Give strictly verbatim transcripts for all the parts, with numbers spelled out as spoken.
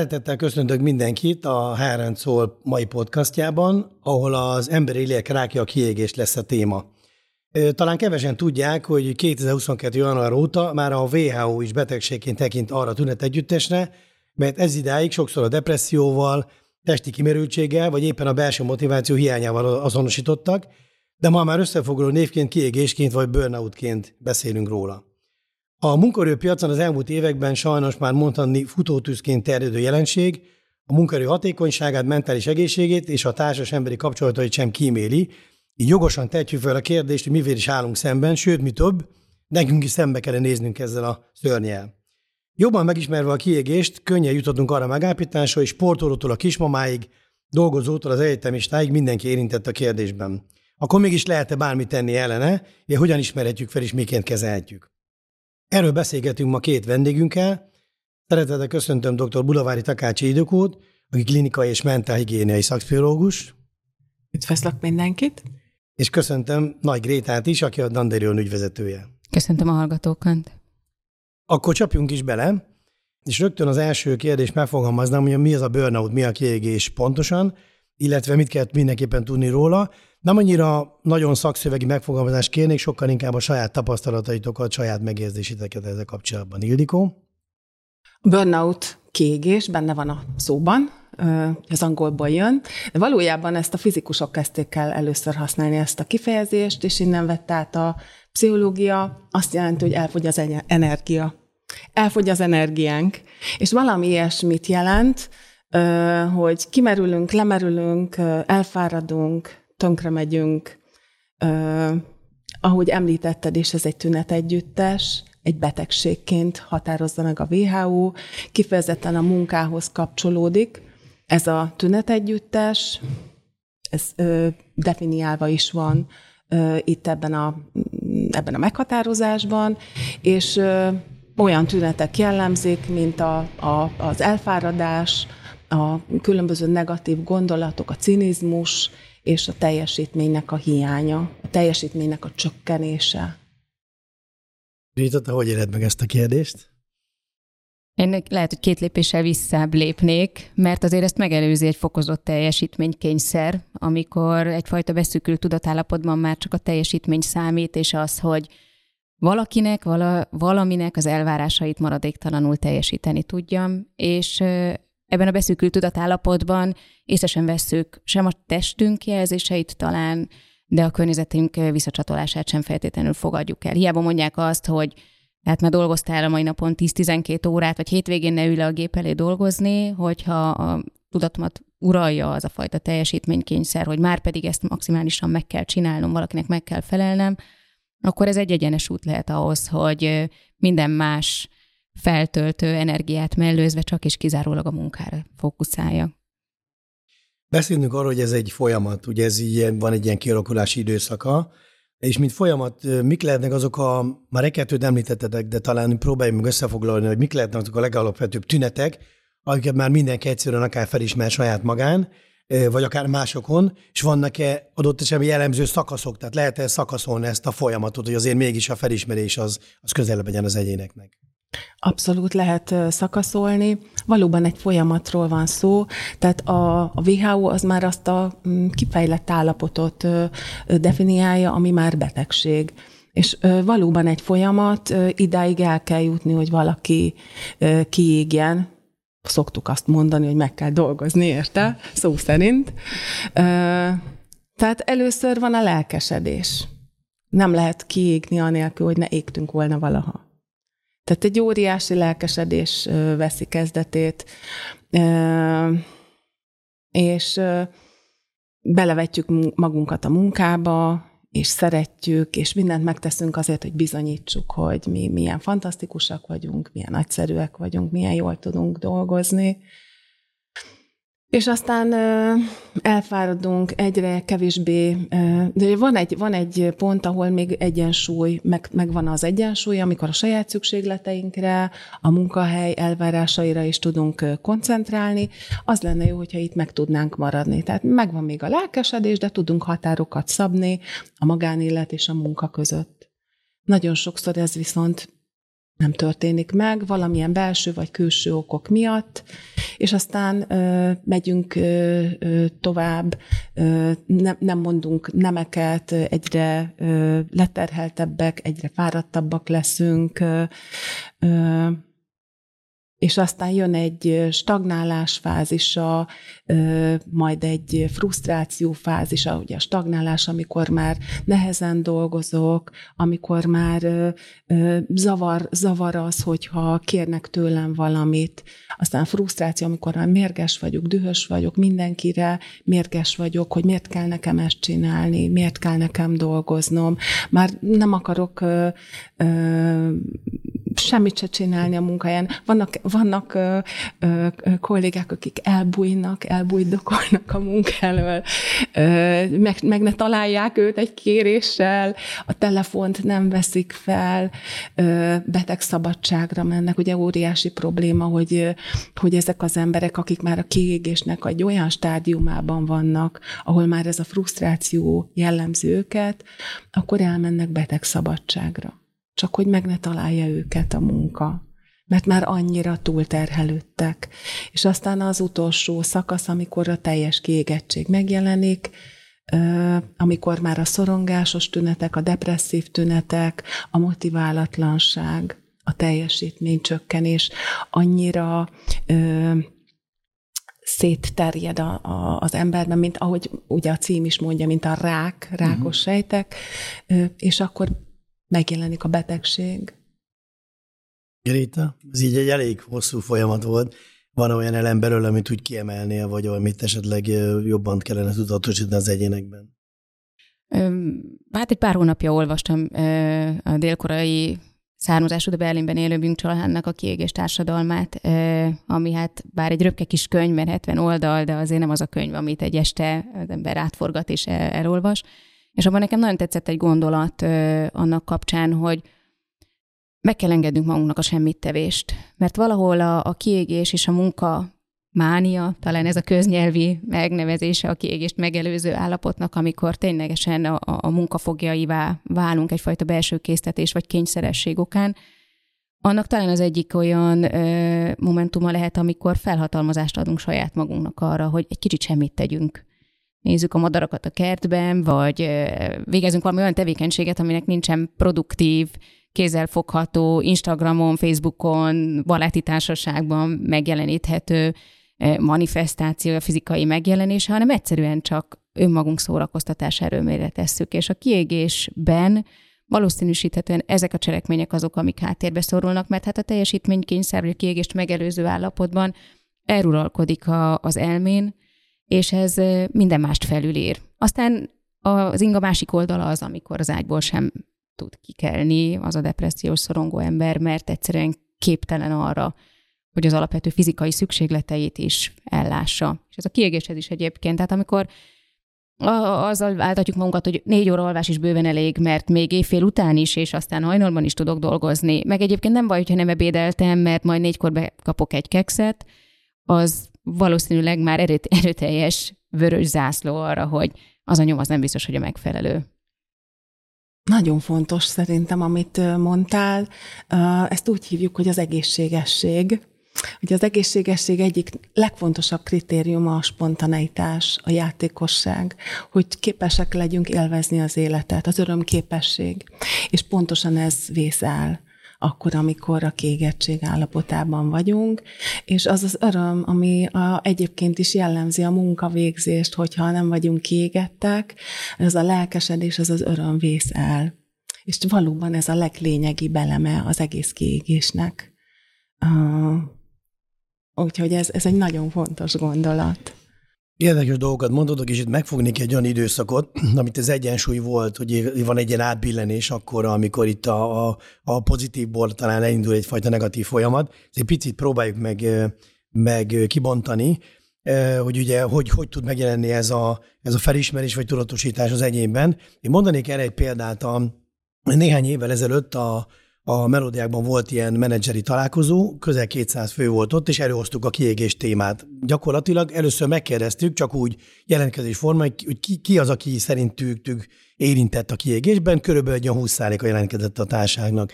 Szeretettel köszöntök mindenkit a há er en Szól mai podcastjában, ahol az emberi lélek rákja a kiégés lesz a téma. Talán kevesen tudják, hogy kétezer-huszonkettő. január óta már a dupla vé há ó is betegségként tekint arra tünetegyüttesre, mert ez idáig sokszor a depresszióval, testi kimerültséggel, vagy éppen a belső motiváció hiányával azonosítottak, de ma már összefoglaló névként, kiégésként vagy burnoutként beszélünk róla. A munkaerőpiacon az elmúlt években sajnos már mondhatni futótűzként terjedő jelenség, a munkaerő hatékonyságát, mentális egészségét és a társas emberi kapcsolatait sem kíméli, így jogosan tetjük fel a kérdést, hogy mivel is állunk szemben, sőt, mi több, nekünk is szembe kell néznünk ezzel a szörnnyel. Jobban megismerve a kiégést, könnyen juthatunk arra megállapításra, hogy sportolótól a kismamáig, dolgozótól az egyetemistáig mindenki érintett a kérdésben. Akkor mégis lehet-e bármit tenni ellene, és hogyan ismerhetjük fel és miként kezelhetjük? Erről beszélgetünk ma két vendégünkkel. Szeretettel köszöntöm dr. Bulavári Takácsi Ildikót, aki klinikai és mentálhigiéniai szakpszichológus. Üdvözlök mindenkit! És köszöntöm Nagy Grétát is, aki a Dandelion ügyvezetője. Köszöntöm a hallgatókat! Akkor csapjunk is bele, és rögtön az első kérdést megfogalmaznám, hogy mi az a burnout, mi a kiégés pontosan, illetve mit kell mindenképpen tudni róla. Nem annyira nagyon szakszövegi megfogalmazást kérnék, sokkal inkább a saját tapasztalataitokat, saját megérzésiteket ezzel kapcsolatban. Ildikó? A burnout kiégés benne van a szóban, az angolból jön, de valójában ezt a fizikusok kezdték el először használni ezt a kifejezést, és innen vett át a pszichológia, azt jelenti, hogy elfogy az energia. Elfogy az energiánk, és valami ilyesmit jelent, hogy kimerülünk, lemerülünk, elfáradunk, tönkre megyünk. Ahogy említetted is, ez egy tünetegyüttes, egy betegségként határozza meg a dupla vé há ó, kifejezetten a munkához kapcsolódik. Ez a tünetegyüttes, ez ö, definiálva is van ö, itt ebben a, ebben a meghatározásban, és ö, olyan tünetek jellemzik, mint a, a, az elfáradás, a különböző negatív gondolatok, a cinizmus és a teljesítménynek a hiánya, a teljesítménynek a csökkenése. Rita, te hogy éled meg ezt a kérdést? Én lehet, hogy két lépéssel visszább lépnék, mert azért ezt megelőzi egy fokozott teljesítménykényszer, amikor egyfajta beszűkült tudatállapotban már csak a teljesítmény számít, és az, hogy valakinek, vala, valaminek az elvárásait maradéktalanul teljesíteni tudjam, és ebben a beszűkült tudatállapotban észre sem vesszük sem a testünk jelzéseit talán, de a környezetünk visszacsatolását sem feltétlenül fogadjuk el. Hiába mondják azt, hogy hát már dolgoztál a mai napon tíz-tizenkét órát, vagy hétvégén ne ülj le a gép elé dolgozni, hogyha a tudatomat uralja az a fajta teljesítménykényszer, hogy már pedig ezt maximálisan meg kell csinálnom, valakinek meg kell felelnem, akkor ez egy egyenes út lehet ahhoz, hogy minden más feltöltő energiát mellőzve csak és kizárólag a munkára fókuszálja. Beszélünk arról, hogy ez egy folyamat, ugye ez ilyen, van egy ilyen kialakulási időszaka, és mint folyamat, mik lehetnek azok a, már egy-kettőt említettetek, de talán próbáljunk meg összefoglalni, hogy mik lehetnek azok a legalapvetőbb tünetek, amiket már mindenki egyszerűen akár felismer saját magán, vagy akár másokon, és vannak-e adott esetben jellemző szakaszok, tehát lehet-e szakaszolni ezt a folyamatot, hogy azért mégis a felismerés az, az közelebb legyen az egyéneknek? Abszolút lehet szakaszolni. Valóban egy folyamatról van szó, tehát a, a dupla vé há ó az már azt a kifejlett állapotot definiálja, ami már betegség. És valóban egy folyamat, idáig el kell jutni, hogy valaki kiégjen. Szoktuk azt mondani, hogy meg kell dolgozni, érte? Szó szerint. Tehát először van a lelkesedés. Nem lehet kiégni anélkül, hogy ne égtünk volna valaha. Tehát egy óriási lelkesedés veszi kezdetét, és belevetjük magunkat a munkába, és szeretjük, és mindent megteszünk azért, hogy bizonyítsuk, hogy mi milyen fantasztikusak vagyunk, milyen nagyszerűek vagyunk, milyen jól tudunk dolgozni. És aztán elfáradunk egyre kevésbé, de van egy, van egy pont, ahol még egyensúly, meg, megvan az egyensúly, amikor a saját szükségleteinkre, a munkahely elvárásaira is tudunk koncentrálni. Az lenne jó, hogyha itt meg tudnánk maradni. Tehát megvan még a lelkesedés, de tudunk határokat szabni a magánélet és a munka között. Nagyon sokszor ez viszont nem történik meg, valamilyen belső vagy külső okok miatt, és aztán ö, megyünk ö, ö, tovább, ö, ne, nem mondunk nemeket, egyre ö, leterheltebbek, egyre fáradtabbak leszünk, ö, ö, és aztán jön egy stagnálás fázisa, majd egy frusztráció fázisa, ugye a stagnálás, amikor már nehezen dolgozok, amikor már zavar, zavar az, hogyha kérnek tőlem valamit, aztán frusztráció, amikor már mérges vagyok, dühös vagyok mindenkire, mérges vagyok, hogy miért kell nekem ezt csinálni, miért kell nekem dolgoznom, már nem akarok ö, ö, semmit se csinálni a munkáján. Vannak, vannak ö, ö, kollégák, akik elbújnak, elbújdokolnak a munka elől, ö, meg, meg ne találják őt egy kéréssel, a telefont nem veszik fel, ö, betegszabadságra mennek. Ugye óriási probléma, hogy, hogy ezek az emberek, akik már a kiégésnek egy olyan stádiumában vannak, ahol már ez a frusztráció jellemzi őket, akkor elmennek betegszabadságra. Csak hogy meg ne találja őket a munka, mert már annyira túlterhelődtek. És aztán az utolsó szakasz, amikor a teljes kiégettség megjelenik, amikor már a szorongásos tünetek, a depresszív tünetek, a motiválatlanság, a teljesítménycsökkenés annyira ö, szétterjed a, a, az emberben, mint ahogy ugye a cím is mondja, mint a rák, rákos uh-huh. sejtek, ö, és akkor megjelenik a betegség. Gréta, ez így egy elég hosszú folyamat volt. Van olyan elem belőle, amit úgy kiemelnél, vagy amit esetleg jobban kellene tudatosítani az egyénekben? Hát egy pár hónapja olvastam a dél-koreai származású, de Berlinben élő Byung Chul Han-nak a Kiégés társadalmát, ami hát bár egy röpke kis könyv, mert hetven oldal, de azért nem az a könyv, amit egy este az ember átforgat és elolvas. És abban nekem nagyon tetszett egy gondolat annak kapcsán, hogy meg kell engednünk magunknak a semmittevést. Mert valahol a, a kiégés és a munka mánia, talán ez a köznyelvi megnevezése a kiégést megelőző állapotnak, amikor ténylegesen a, a munkafogjaivá válunk egyfajta belső késztetés vagy kényszeresség okán, annak talán az egyik olyan ö, momentuma lehet, amikor felhatalmazást adunk saját magunknak arra, hogy egy kicsit semmit tegyünk. Nézzük a madarakat a kertben, vagy végezünk valami olyan tevékenységet, aminek nincsen produktív, kézzelfogható, Instagramon, Facebookon, baráti társaságban megjeleníthető manifestáció, a fizikai megjelenése, hanem egyszerűen csak önmagunk szórakoztatás erőmére tesszük. És a kiégésben valószínűsíthetően ezek a cselekmények azok, amik háttérbe szorulnak, mert hát a teljesítménykényszer, vagy a kiégést megelőző állapotban eluralkodik a, az elmén, és ez minden mást felülír. Aztán az inga másik oldala az, amikor az ágyból sem tud kikelni az a depressziós szorongó ember, mert egyszerűen képtelen arra, hogy az alapvető fizikai szükségleteit is ellássa. És ez a kiégéshez is egyébként. Tehát amikor azzal áltatjuk magunkat, hogy négy óra alvás is bőven elég, mert még éjfél után is, és aztán hajnalban is tudok dolgozni. Meg egyébként nem baj, hogyha nem ebédeltem, mert majd négykor bekapok egy kekszet, az valószínűleg már erőt, erőteljes vörös zászló arra, hogy az a nyom az nem biztos, hogy a megfelelő. Nagyon fontos szerintem, amit mondtál. Ezt úgy hívjuk, hogy az egészségesség. Ugye az egészségesség egyik legfontosabb kritériuma a spontaneitás, a játékosság, hogy képesek legyünk élvezni az életet, az örömképesség. És pontosan ez vész el akkor, amikor a kiégettség állapotában vagyunk, és az az öröm, ami a, egyébként is jellemzi a munkavégzést, hogyha nem vagyunk kiégettek, ez a lelkesedés, ez az öröm vész el. És valóban ez a leglényegibb eleme az egész kiégésnek. Uh, úgyhogy ez, ez egy nagyon fontos gondolat. Érdekes dolgokat mondodok, és itt megfognék egy olyan időszakot, amit az egyensúly volt, hogy van egy ilyen átbillenés akkor, amikor itt a, a, a pozitívból talán elindul egyfajta negatív folyamat. Ezt egy picit próbáljuk meg, meg kibontani, hogy ugye hogy, hogy tud megjelenni ez a, ez a felismerés vagy tudatosítás az egyénben. Én mondanék erre egy példát. A, néhány évvel ezelőtt a A Melódiákban volt ilyen menedzseri találkozó, közel kétszáz fő volt ott, és előhoztuk a kiégés témát. Gyakorlatilag először megkérdeztük, csak úgy jelentkezés formán, hogy ki, ki az, aki szerintük érintett a kiégésben, körülbelül egy húsz százaléka jelentkezett a társaságnak.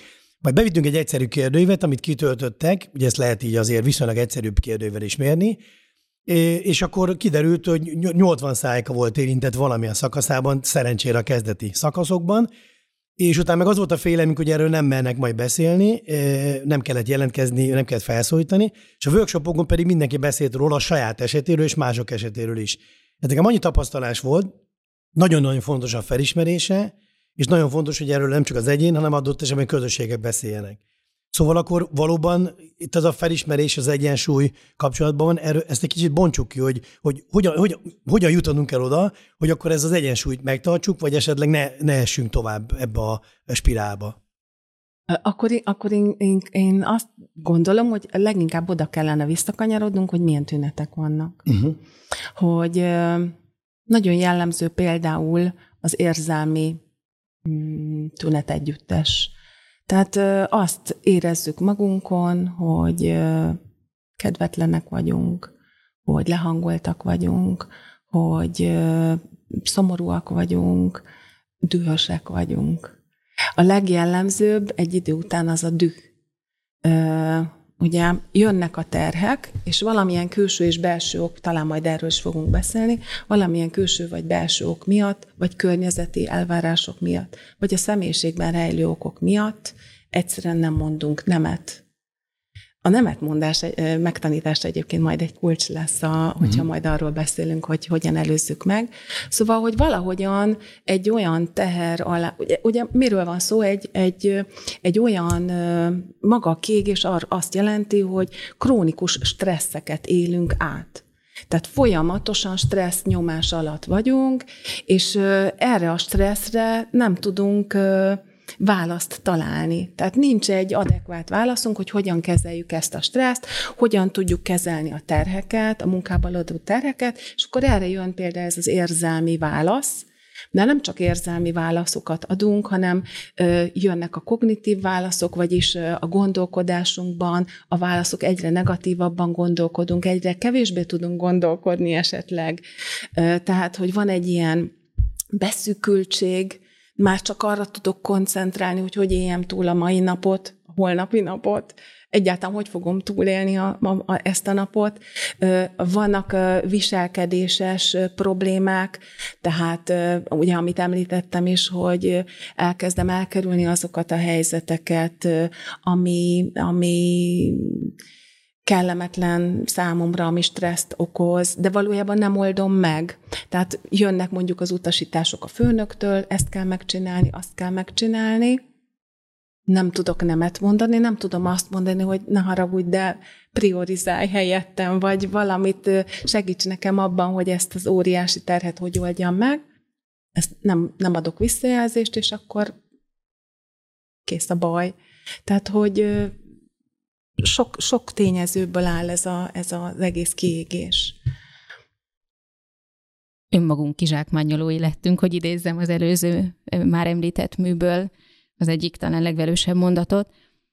Majd bevittünk egy egyszerű kérdőívet, amit kitöltöttek, ugye ezt lehet így azért viszonylag egyszerűbb kérdővel is mérni, és akkor kiderült, hogy nyolcvan százaléka volt érintett valamilyen szakaszában, szerencsére a kezdeti szakaszokban, és utána meg az volt a félelmünk, hogy erről nem mernek majd beszélni, nem kellett jelentkezni, nem kellett felszólítani, és a workshopokon pedig mindenki beszélt róla a saját esetéről és mások esetéről is. Hát nekem annyi tapasztalás volt, nagyon-nagyon fontos a felismerése, és nagyon fontos, hogy erről nem csak az egyén, hanem adott esetben közösségek beszéljenek. Szóval akkor valóban itt az a felismerés, az egyensúly kapcsolatban van, erről, ezt egy kicsit bontsuk ki, hogy, hogy hogyan, hogyan, hogyan jutanunk el oda, hogy akkor ez az egyensúlyt megtartsuk, vagy esetleg ne, ne essünk tovább ebbe a spirálba. Akkor, akkor én, én, én azt gondolom, hogy leginkább oda kellene visszakanyarodnunk, hogy milyen tünetek vannak. Uh-huh. Hogy nagyon jellemző például az érzelmi tünetegyüttes. Tehát azt érezzük magunkon, hogy kedvetlenek vagyunk, hogy lehangoltak vagyunk, hogy szomorúak vagyunk, dühösek vagyunk. A legjellemzőbb egy idő után az a düh. Ugye jönnek a terhek, és valamilyen külső és belső ok, talán majd erről is fogunk beszélni, valamilyen külső vagy belső ok miatt, vagy környezeti elvárások miatt, vagy a személyiségben rejlő okok miatt egyszerűen nem mondunk nemet. A nemetmondás megtanítása egyébként majd egy kulcs lesz, a, hogyha uh-huh. majd arról beszélünk, hogy hogyan előzzük meg. Szóval, hogy valahogyan egy olyan teher alá, ugye, ugye miről van szó, egy, egy, egy olyan maga a kiégés azt jelenti, hogy krónikus stresszeket élünk át. Tehát folyamatosan stressz nyomás alatt vagyunk, és erre a stresszre nem tudunk választ találni. Tehát nincs egy adekvát válaszunk, hogy hogyan kezeljük ezt a stresszt, hogyan tudjuk kezelni a terheket, a munkában adó terheket, és akkor erre jön például ez az érzelmi válasz, de nem csak érzelmi válaszokat adunk, hanem ö, jönnek a kognitív válaszok, vagyis ö, a gondolkodásunkban a válaszok egyre negatívabban gondolkodunk, egyre kevésbé tudunk gondolkodni esetleg. Ö, tehát, hogy van egy ilyen beszűkültség, már csak arra tudok koncentrálni, hogy hogy éljem túl a mai napot, a holnapi napot, egyáltalán hogy fogom túlélni a, a, a, ezt a napot. Vannak viselkedéses problémák, tehát ugye, amit említettem is, hogy elkezdem elkerülni azokat a helyzeteket, ami, ami kellemetlen számomra, ami stresszt okoz, de valójában nem oldom meg. Tehát jönnek mondjuk az utasítások a főnöktől, ezt kell megcsinálni, azt kell megcsinálni. Nem tudok nemet mondani, nem tudom azt mondani, hogy ne haragudj, de priorizálj helyettem, vagy valamit segíts nekem abban, hogy ezt az óriási terhet hogy oldjam meg. Ezt nem, nem adok visszajelzést, és akkor kész a baj. Tehát, hogy Sok, sok tényezőből áll ez, a, ez az egész kiégés. Önmagunk kizsákmányolói lettünk, hogy idézzem az előző már említett műből az egyik talán legvelősebb mondatot.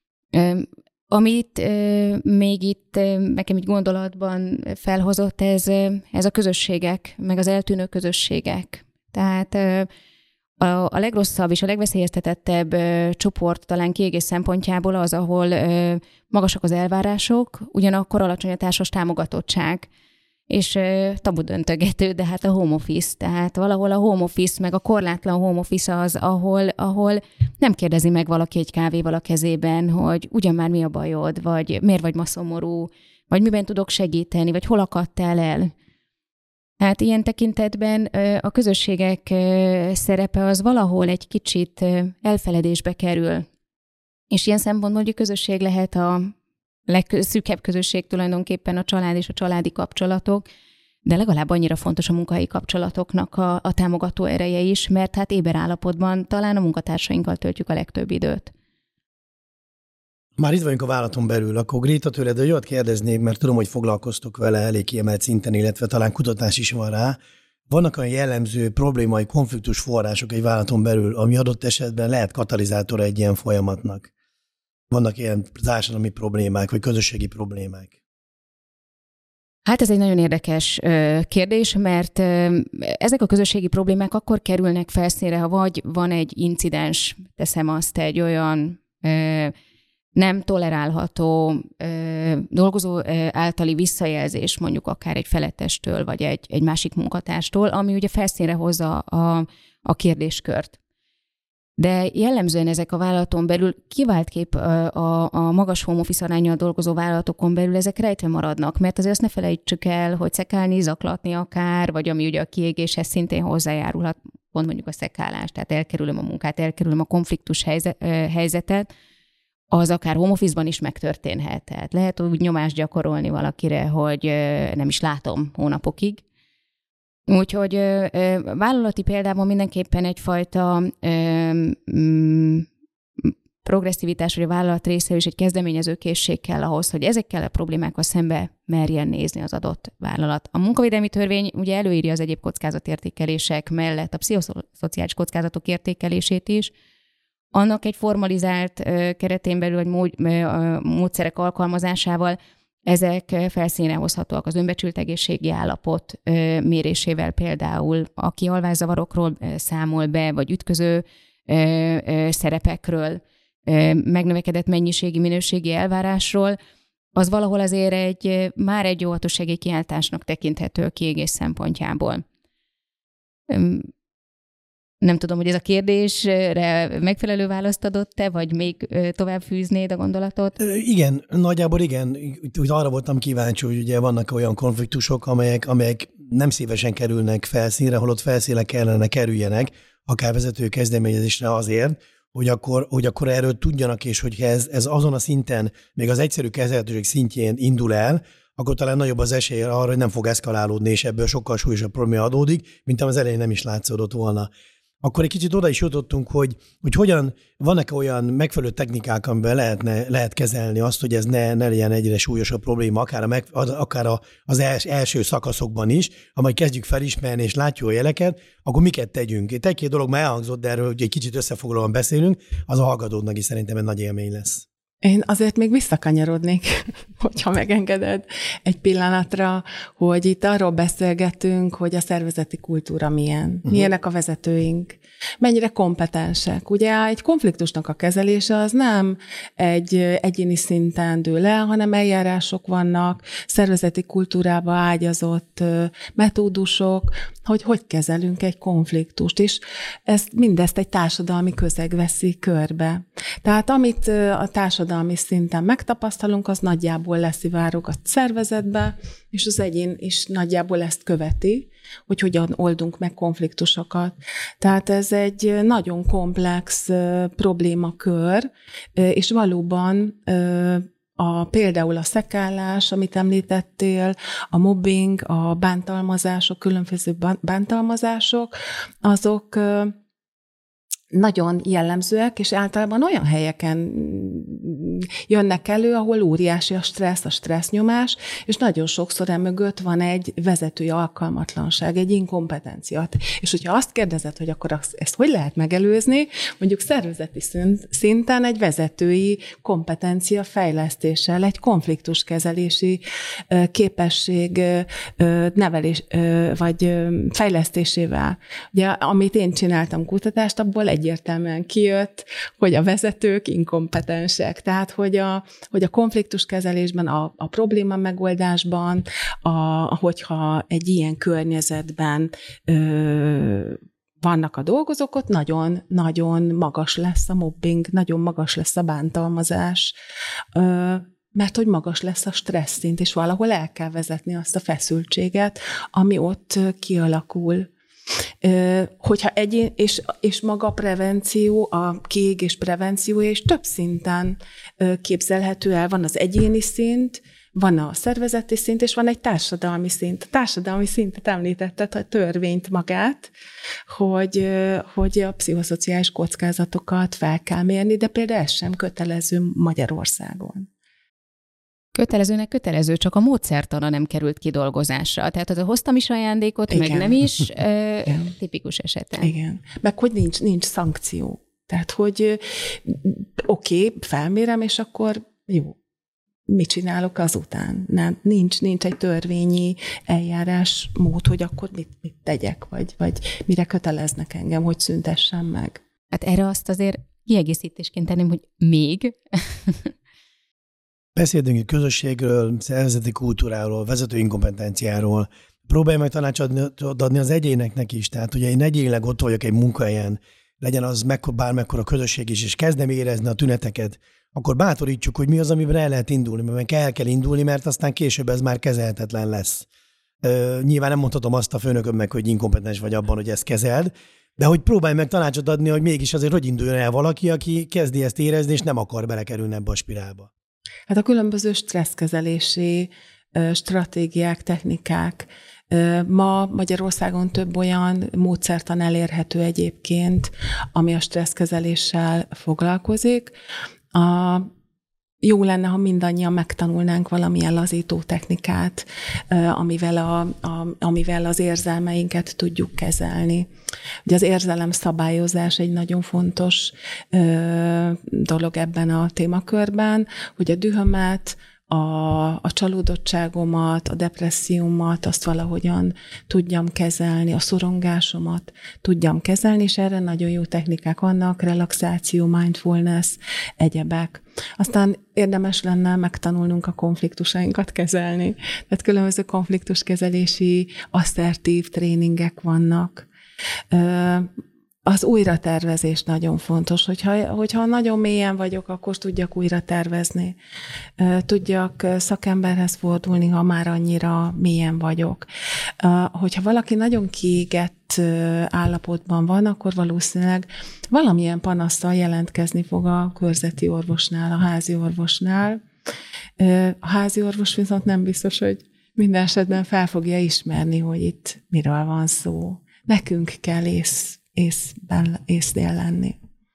Amit még itt nekem egy gondolatban felhozott, ez, ez a közösségek, meg az eltűnő közösségek. Tehát A, a legrosszabb és a legveszélyeztetettebb ö, csoport talán kiégés szempontjából az, ahol ö, magasak az elvárások, ugyanakkor alacsony a társas támogatottság, és ö, tabu döntögető, de hát a home office, tehát valahol a home office, meg a korlátlan home office az, ahol, ahol nem kérdezi meg valaki egy kávéval a kezében, hogy ugyan már mi a bajod, vagy miért vagy ma szomorú, vagy miben tudok segíteni, vagy hol akadtál el. Hát ilyen tekintetben a közösségek szerepe az valahol egy kicsit elfeledésbe kerül. És ilyen szempontból, hogy a közösség lehet a legszűkebb közösség tulajdonképpen a család és a családi kapcsolatok, de legalább annyira fontos a munkahelyi kapcsolatoknak a, a támogató ereje is, mert hát éber állapotban talán a munkatársainkkal töltjük a legtöbb időt. Már itt vagyunk a vállalaton belül, akkor Gréta, tőled olyat kérdeznék, mert tudom, hogy foglalkoztok vele elég kiemelt szinten, illetve talán kutatás is van rá. Vannak olyan jellemző problémai, konfliktus források egy vállalaton belül, ami adott esetben lehet katalizátora egy ilyen folyamatnak? Vannak ilyen társadalmi problémák, vagy közösségi problémák? Hát ez egy nagyon érdekes kérdés, mert ezek a közösségi problémák akkor kerülnek felszínre, ha vagy van egy incidens, teszem azt, egy olyan nem tolerálható dolgozó általi visszajelzés, mondjuk akár egy felettestől, vagy egy, egy másik munkatárstól, ami ugye felszínre hozza a, a kérdéskört. De jellemzően ezek a vállalaton belül kivált kép a, a, a magas home office aránnyal dolgozó vállalatokon belül ezek rejtve maradnak, mert azért azt ne felejtsük el, hogy szekálni, zaklatni akár, vagy ami ugye a kiégéshez szintén hozzájárulhat, pont mondjuk a szekálás, tehát elkerülöm a munkát, elkerülöm a konfliktus helyzet, helyzetet, az akár home office-ban is megtörténhet. Tehát lehet úgy nyomást gyakorolni valakire, hogy nem is látom hónapokig. Úgyhogy ö, ö, vállalati példában mindenképpen egyfajta ö, mm, progresszivitás, vagy a vállalat részéről is egy kezdeményezőkészség kell ahhoz, hogy ezekkel a problémákkal szembe merjen nézni az adott vállalat. A munkavédelmi törvény ugye előírja az egyéb kockázatértékelések mellett a pszichoszociális kockázatok értékelését is. Annak egy formalizált ö, keretén belül, vagy mód, ö, módszerek alkalmazásával ezek felszínre hozhatóak az önbecsült egészségi állapot mérésével például, aki alvászavarokról számol be, vagy ütköző szerepekről, megnövekedett mennyiségi, minőségi elvárásról, az valahol azért egy, már egy óvatos segélykiáltásnak tekinthető a kiégés szempontjából. Nem tudom, hogy ez a kérdésre megfelelő választ adott-e, vagy még tovább fűznéd a gondolatot? Igen, nagyjából igen. Úgy arra voltam kíváncsi, hogy ugye vannak olyan konfliktusok, amelyek, amelyek nem szívesen kerülnek felszínre, holott felszínre kellene kerüljenek, akár vezető kezdeményezésre azért, hogy akkor, hogy akkor erről tudjanak, és hogyha ez, ez azon a szinten, még az egyszerű kezelhetőség szintjén indul el, akkor talán nagyobb az esély arra, hogy nem fog eszkalálódni, és ebből sokkal súlyosabb probléma adódik, mint az elején nem is látszódott volna. Akkor egy kicsit oda is jutottunk, hogy, hogy hogyan, vannak olyan megfelelő technikák, amiben lehetne, lehet kezelni azt, hogy ez ne, ne legyen egyre súlyosabb probléma, akár, a meg, akár a, az els, első szakaszokban is, amely kezdjük felismerni és látjuk a jeleket, akkor miket tegyünk. Itt egy-két dolog már elhangzott, de erről hogy egy kicsit összefoglalóan beszélünk, az a hallgatódnak is szerintem egy nagy élmény lesz. Én azért még visszakanyarodnék, hogyha megengeded egy pillanatra, hogy itt arról beszélgetünk, hogy a szervezeti kultúra milyen, uh-huh. milyenek a vezetőink, mennyire kompetensek. Ugye egy konfliktusnak a kezelése az nem egy egyéni szinten dől el, hanem eljárások vannak, szervezeti kultúrába ágyazott metódusok, hogy hogy kezelünk egy konfliktust, és ezt, mindezt egy társadalmi közeg veszi körbe. Tehát amit a társadalmi szinten megtapasztalunk, az nagyjából leszivárog a szervezetbe, és az egyén is nagyjából ezt követi, hogy hogyan oldunk meg konfliktusokat. Tehát ez egy nagyon komplex problémakör, és valóban a, például a szekálás, amit említettél, a mobbing, a bántalmazások, különböző bántalmazások, azok nagyon jellemzőek, és általában olyan helyeken jönnek elő, ahol óriási a stressz, a stressznyomás, és nagyon sokszor emögött van egy vezetői alkalmatlanság, egy inkompetencia. És hogyha azt kérdezed, hogy akkor ezt hogy lehet megelőzni, mondjuk szervezeti szinten egy vezetői kompetencia fejlesztéssel, egy konfliktuskezelési képesség nevelés, vagy fejlesztésével. Ugye, amit én csináltam kutatást, abból egyértelműen kijött, hogy a vezetők inkompetensek. Tehát, hogy a, hogy a konfliktuskezelésben, a, a probléma megoldásban, a, hogyha egy ilyen környezetben ö, vannak a dolgozók, ott nagyon-nagyon magas lesz a mobbing, nagyon magas lesz a bántalmazás, ö, mert hogy magas lesz a stressz szint, és valahol el kell vezetni azt a feszültséget, ami ott kialakul. Hogyha egyén, és, és maga a prevenció, a kiégés prevenciója és több szinten képzelhető el. Van az egyéni szint, van a szervezeti szint, és van egy társadalmi szint. A társadalmi szintet említetted, a törvényt magát, hogy, hogy a pszichoszociális kockázatokat fel kell mérni, de például ez sem kötelező Magyarországon. Kötelezőnek kötelező, csak a módszertana nem került kidolgozásra. Tehát az hoztam is ajándékot, igen. meg nem is, ö, tipikus esetem. Igen. Meg hogy nincs, nincs szankció. Tehát, hogy oké, okay, felmérem, és akkor jó, mit csinálok azután? Nem, nincs, nincs egy törvényi eljárásmód, hogy akkor mit, mit tegyek, vagy, vagy mire köteleznek engem, hogy szüntessem meg. Hát erre azt azért kiegészítésként tenném, hogy még. Beszélünk közösségről, szervezeti kultúráról, vezetői kompetenciáról. Próbálj meg tanácsot adni az egyéneknek is. Tehát ugye én egyénileg ott vagyok egy munkahelyen, legyen az mekkor, bármekkora közösség is, és kezdem érezni a tüneteket, akkor bátorítsuk, hogy mi az, amiben el lehet indulni, mert el kell indulni, mert aztán később ez már kezelhetetlen lesz. Ö, nyilván nem mondhatom azt a főnökömnek, hogy inkompetens vagy abban, hogy ezt kezeld, de hogy próbálj meg tanácsot adni, hogy mégis azért hogy induljon el valaki, aki kezdi ezt érezni, és nem akar belekerülni ebbe a spirálba. Hát a különböző stresszkezelési stratégiák, technikák. Ma Magyarországon több olyan módszertan elérhető egyébként, ami a stresszkezeléssel foglalkozik. A Jó lenne, ha mindannyian megtanulnánk valamilyen lazító technikát, amivel, a, a, amivel az érzelmeinket tudjuk kezelni. Ugye az érzelem szabályozás egy nagyon fontos ö, dolog ebben a témakörben, hogy a dühömet, a, a csalódottságomat, a depressziómat, azt valahogyan tudjam kezelni, a szorongásomat tudjam kezelni, és erre nagyon jó technikák vannak, relaxáció, mindfulness, egyebek. Aztán érdemes lenne megtanulnunk a konfliktusainkat kezelni. Tehát különböző konfliktuskezelési, asszertív tréningek vannak. Az újratervezés nagyon fontos, hogyha, hogyha nagyon mélyen vagyok, akkor tudjak újra tervezni. Tudjak szakemberhez fordulni, ha már annyira mélyen vagyok. Hogyha valaki nagyon kiégett állapotban van, akkor valószínűleg valamilyen panasszal jelentkezni fog a körzeti orvosnál, a házi orvosnál. A házi orvos viszont nem biztos, hogy minden esetben fel fogja ismerni, hogy itt miről van szó. Nekünk kell ész észben, észnél lenni.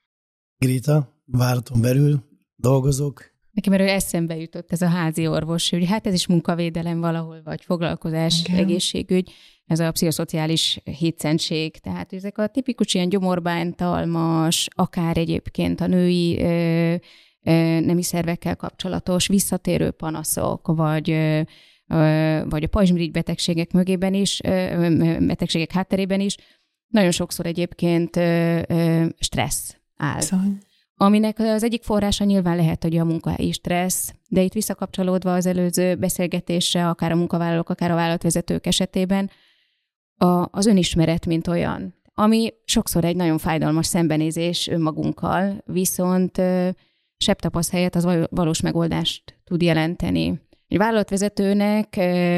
Grita, vállalaton belül dolgozok. Nekem erről eszembe jutott ez a házi orvos, hogy hát ez is munkavédelem valahol, vagy foglalkozás, okay. Egészségügy, ez a pszichoszociális hétszentség. Tehát ezek a tipikus ilyen gyomorbántalmas, akár egyébként a női ö, ö, nemi szervekkel kapcsolatos visszatérő panaszok, vagy ö, ö, vagy a pajzsmirigy betegségek mögében is, ö, betegségek hátterében is, nagyon sokszor egyébként ö, ö, stressz áll. Szóval. Aminek az egyik forrása nyilván lehet, hogy a munkahelyi stressz, de itt visszakapcsolódva az előző beszélgetésre, akár a munkavállalók, akár a vállalatvezetők esetében, a, az önismeret, mint olyan, ami sokszor egy nagyon fájdalmas szembenézés önmagunkkal, viszont ö, sebb tapaszt helyett az valós megoldást tud jelenteni. Egy vállalatvezetőnek ö,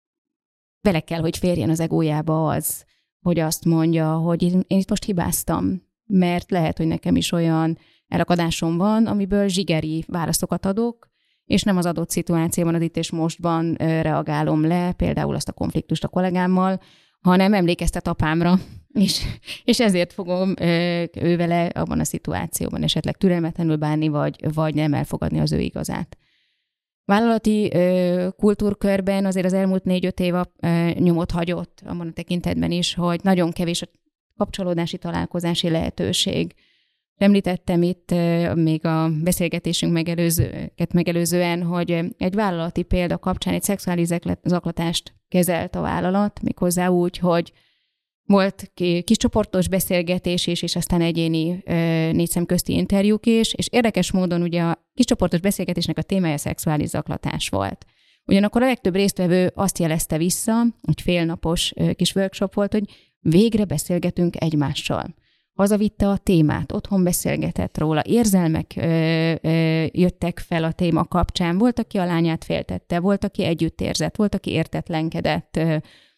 bele kell, hogy férjen az egójába az, hogy azt mondja, hogy én itt most hibáztam, mert lehet, hogy nekem is olyan elakadásom van, amiből zsigeri válaszokat adok, és nem az adott szituációban, az itt és mostban reagálom le, például azt a konfliktust a kollégámmal, hanem emlékeztet apámra, és, és ezért fogom ő vele abban a szituációban esetleg türelmetlenül bánni, vagy, vagy nem elfogadni az ő igazát. Vállalati ö, kultúrkörben azért az elmúlt négy-öt év a, ö, nyomot hagyott abban a tekintetben is, hogy nagyon kevés a kapcsolódási, találkozási lehetőség. Említettem itt ö, még a beszélgetésünk megelőzőket megelőzően, hogy egy vállalati példa kapcsán egy szexuális zaklatást kezelt a vállalat, méghozzá úgy, hogy volt kiscsoportos beszélgetés is, és aztán egyéni négy szem közti interjúk is, és érdekes módon ugye a kiscsoportos beszélgetésnek a témája szexuális zaklatás volt. Ugyanakkor a legtöbb résztvevő azt jelezte vissza, hogy félnapos kis workshop volt, hogy végre beszélgetünk egymással. Hazavitte a témát, otthon beszélgetett róla, érzelmek ö, ö, jöttek fel a téma kapcsán, volt, aki a lányát féltette, volt, aki együtt érzett, volt, aki értetlenkedett, ö,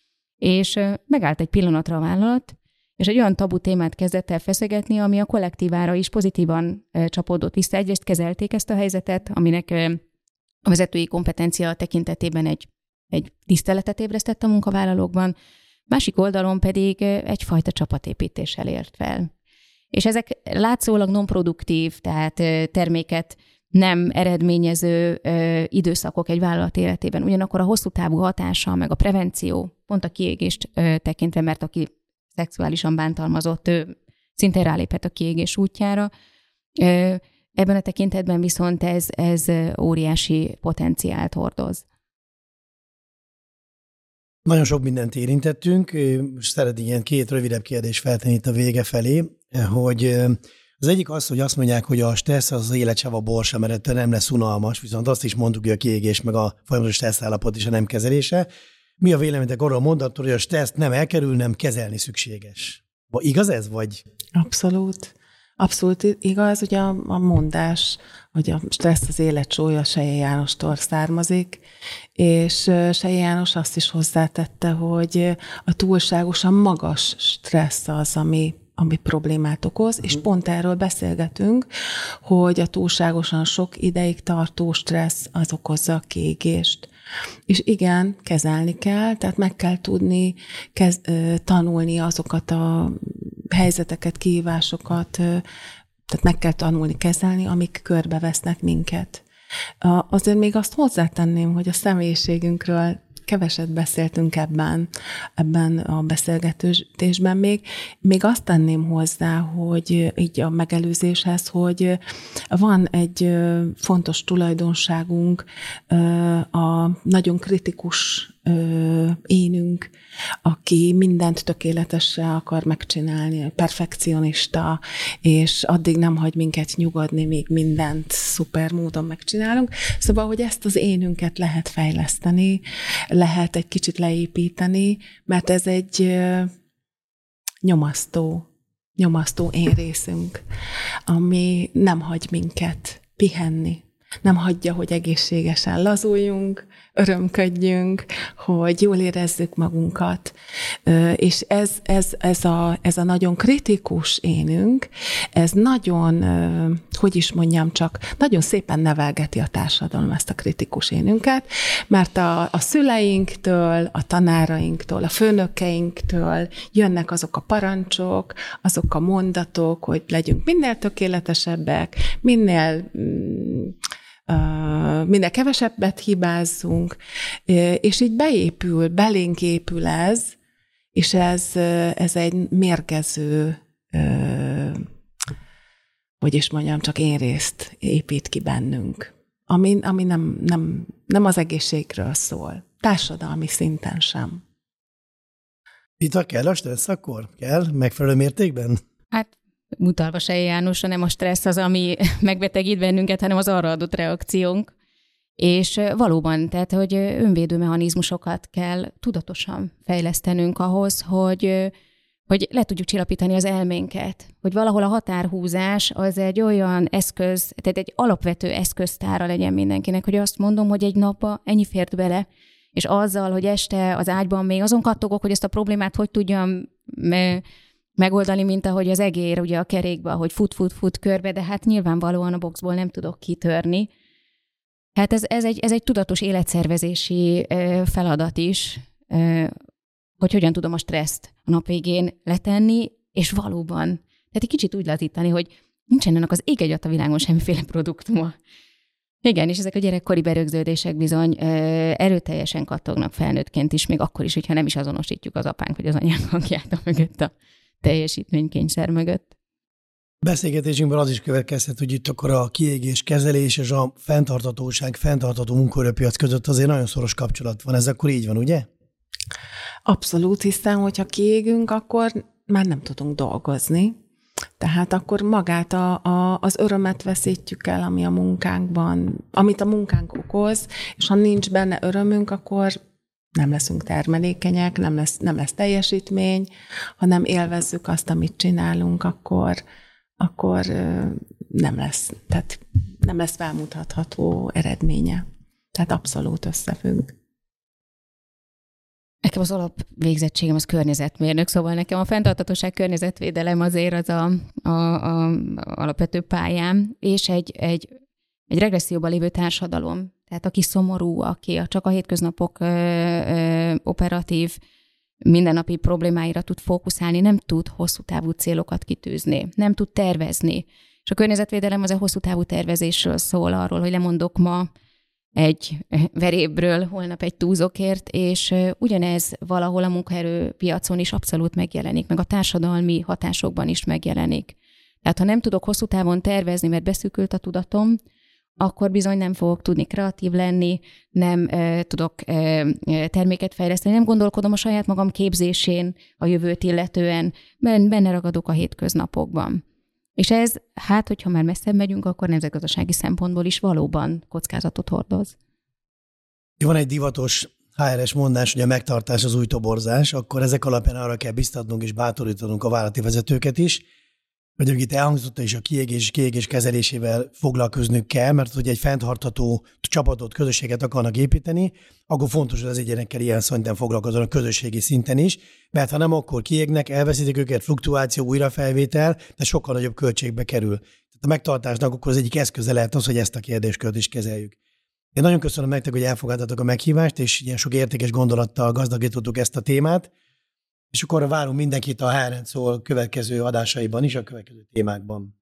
és megállt egy pillanatra a vállalat, és egy olyan tabu témát kezdett el feszegetni, ami a kollektívára is pozitívan csapódott vissza. Egyrészt kezelték ezt a helyzetet, aminek a vezetői kompetencia tekintetében egy, egy tiszteletet ébresztett a munkavállalókban, másik oldalon pedig egyfajta csapatépítéssel ért fel. És ezek látszólag non-produktív, tehát terméket nem eredményező ö, időszakok egy vállalat életében. Ugyanakkor a hosszú távú hatása, meg a prevenció, pont a kiégést ö, tekintve, mert aki szexuálisan bántalmazott, ő szintén ráléphet a kiégés útjára. Ö, ebben a tekintetben viszont ez, ez óriási potenciált hordoz. Nagyon sok mindent érintettünk. Most szeretnék ilyen két rövidebb kérdést feltenni itt a vége felé, hogy Az egyik az, hogy azt mondják, hogy a stressz az, az életsáv a borsa, mert ettől nem lesz unalmas, viszont azt is mondjuk, hogy a kiégés meg a folyamatos stresszállapot és a nem kezelése. Mi a véleményetek arról a mondattól, hogy a stresszt nem elkerül, nem kezelni szükséges? Igaz ez, vagy? Abszolút. Abszolút igaz, ugye a, a mondás, hogy a stressz az élet súlya Selye Jánostól származik, és Selye János azt is hozzátette, hogy a túlságosan magas stressz az, ami, ami problémát okoz, és pont erről beszélgetünk, hogy a túlságosan sok ideig tartó stressz az okozza a kiégést. És igen, kezelni kell, tehát meg kell tudni kez, tanulni azokat a helyzeteket, kihívásokat, tehát meg kell tanulni kezelni, amik körbevesznek minket. Azért még azt hozzátenném, hogy a személyiségünkről keveset beszéltünk ebben, ebben a beszélgetésben még. Még azt tenném hozzá, hogy így a megelőzéshez, hogy van egy fontos tulajdonságunk, a nagyon kritikus énünk, aki mindent tökéletesen akar megcsinálni, perfekcionista, és addig nem hagy minket nyugodni, még mindent szuper módon megcsinálunk. Szóval, hogy ezt az énünket lehet fejleszteni, lehet egy kicsit leépíteni, mert ez egy nyomasztó, nyomasztó én részünk, ami nem hagy minket pihenni, nem hagyja, hogy egészségesen lazuljunk, örömködjünk, hogy jól érezzük magunkat. És ez, ez, ez, a, ez a nagyon kritikus énünk, ez nagyon, hogy is mondjam csak, nagyon szépen nevelgeti a társadalom ezt a kritikus énünket, mert a, a szüleinktől, a tanárainktól, a főnökeinktől jönnek azok a parancsok, azok a mondatok, hogy legyünk minél tökéletesebbek, minél minél kevesebbet hibázzunk, és így beépül, belénk épül ez, és ez, ez egy mérgező, hogy is mondjam, csak én részt épít ki bennünk, ami, ami nem, nem, nem az egészségről szól, társadalmi szinten sem. Itt kell a stressz akkor? Kell? Megfelelő mértékben? Hát utalva Selye Jánosra, nem a stressz az, ami megbetegít bennünket, hanem az arra adott reakciónk. És valóban, tehát, hogy önvédő mechanizmusokat kell tudatosan fejlesztenünk ahhoz, hogy, hogy le tudjuk csillapítani az elménket. Hogy valahol a határhúzás az egy olyan eszköz, tehát egy alapvető eszköztára legyen mindenkinek, hogy azt mondom, hogy egy napba ennyi fért bele, és azzal, hogy este az ágyban még azon kattogok, hogy ezt a problémát hogy tudjam megoldani, mint ahogy az egér ugye a kerékbe, hogy fut, fut, fut körbe, de hát nyilvánvalóan a boxból nem tudok kitörni. Hát ez, ez, egy, ez egy tudatos életszervezési feladat is, hogy hogyan tudom a stresszt a nap végén letenni, és valóban, tehát egy kicsit úgy lazítani, hogy nincsen ennek az ég egyat a világon semmiféle produktuma. Igen, és ezek a gyerekkori berögződések bizony erőteljesen kattognak felnőttként is, még akkor is, hogyha nem is azonosítjuk az apánk vagy az anyánk hangját a mögött, a teljesítménykényszer mögött. Beszélgetésünkben az is következhet, hogy itt akkor a kiégés, kezelés és a fenntarthatóság, fenntartható munkaerőpiac között azért nagyon szoros kapcsolat van. Ez akkor így van, ugye? Abszolút, hiszen hogyha kiégünk, akkor már nem tudunk dolgozni. Tehát akkor magát a, a, az örömet veszítjük el, ami a munkánkban, amit a munkánk okoz, és ha nincs benne örömünk, akkor nem leszünk termelékenyek, nem lesz, nem lesz teljesítmény, ha nem élvezzük azt, amit csinálunk, akkor, akkor nem lesz, tehát nem lesz felmutatható eredménye. Tehát abszolút összefügg. Nekem az alapvégzettségem az környezetmérnök, szóval nekem a fenntarthatóság, környezetvédelem azért az a, a, a alapvető pályám, és egy, egy, egy regresszióban lévő társadalom, tehát aki szomorú, aki csak a hétköznapok ö, ö, operatív, mindennapi problémáira tud fókuszálni, nem tud hosszú távú célokat kitűzni, nem tud tervezni. És a környezetvédelem az a hosszú távú tervezésről szól, arról, hogy lemondok ma egy verébről, holnap egy túzokért, és ugyanez valahol a munkaerőpiacon is abszolút megjelenik, meg a társadalmi hatásokban is megjelenik. Tehát ha nem tudok hosszú távon tervezni, mert beszűkült a tudatom, akkor bizony nem fogok tudni kreatív lenni, nem uh, tudok uh, terméket fejleszteni, nem gondolkodom a saját magam képzésén, a jövőt illetően, benne ragadok a hétköznapokban. És ez, hát, hogyha már messzebb megyünk, akkor nemzetgazdasági szempontból is valóban kockázatot hordoz. Van egy divatos há er es mondás, hogy a megtartás az új toborzás, akkor ezek alapján arra kell biztatnunk és bátorítanunk a vállalati vezetőket is, hogy ahogy itt elhangzott, és a kiégés és kiégés kezelésével foglalkoznünk kell, mert hogy egy fenntartható csapatot, közösséget akarnak építeni, akkor fontos, hogy az egyénekkel ilyen szinten foglalkozzanak közösségi szinten is, mert ha nem, akkor kiégnek, elveszítik őket, fluktuáció, újrafelvétel, de sokkal nagyobb költségbe kerül. Tehát a megtartásnak akkor az egyik eszköze lehet az, hogy ezt a kérdéskört is kezeljük. Én nagyon köszönöm nektek, hogy elfogadtatok a meghívást, és ilyen sok értékes gondolattal gazdagítottuk ezt a témát, és akkor várunk mindenkit a há er en szól következő adásaiban is, a következő témákban.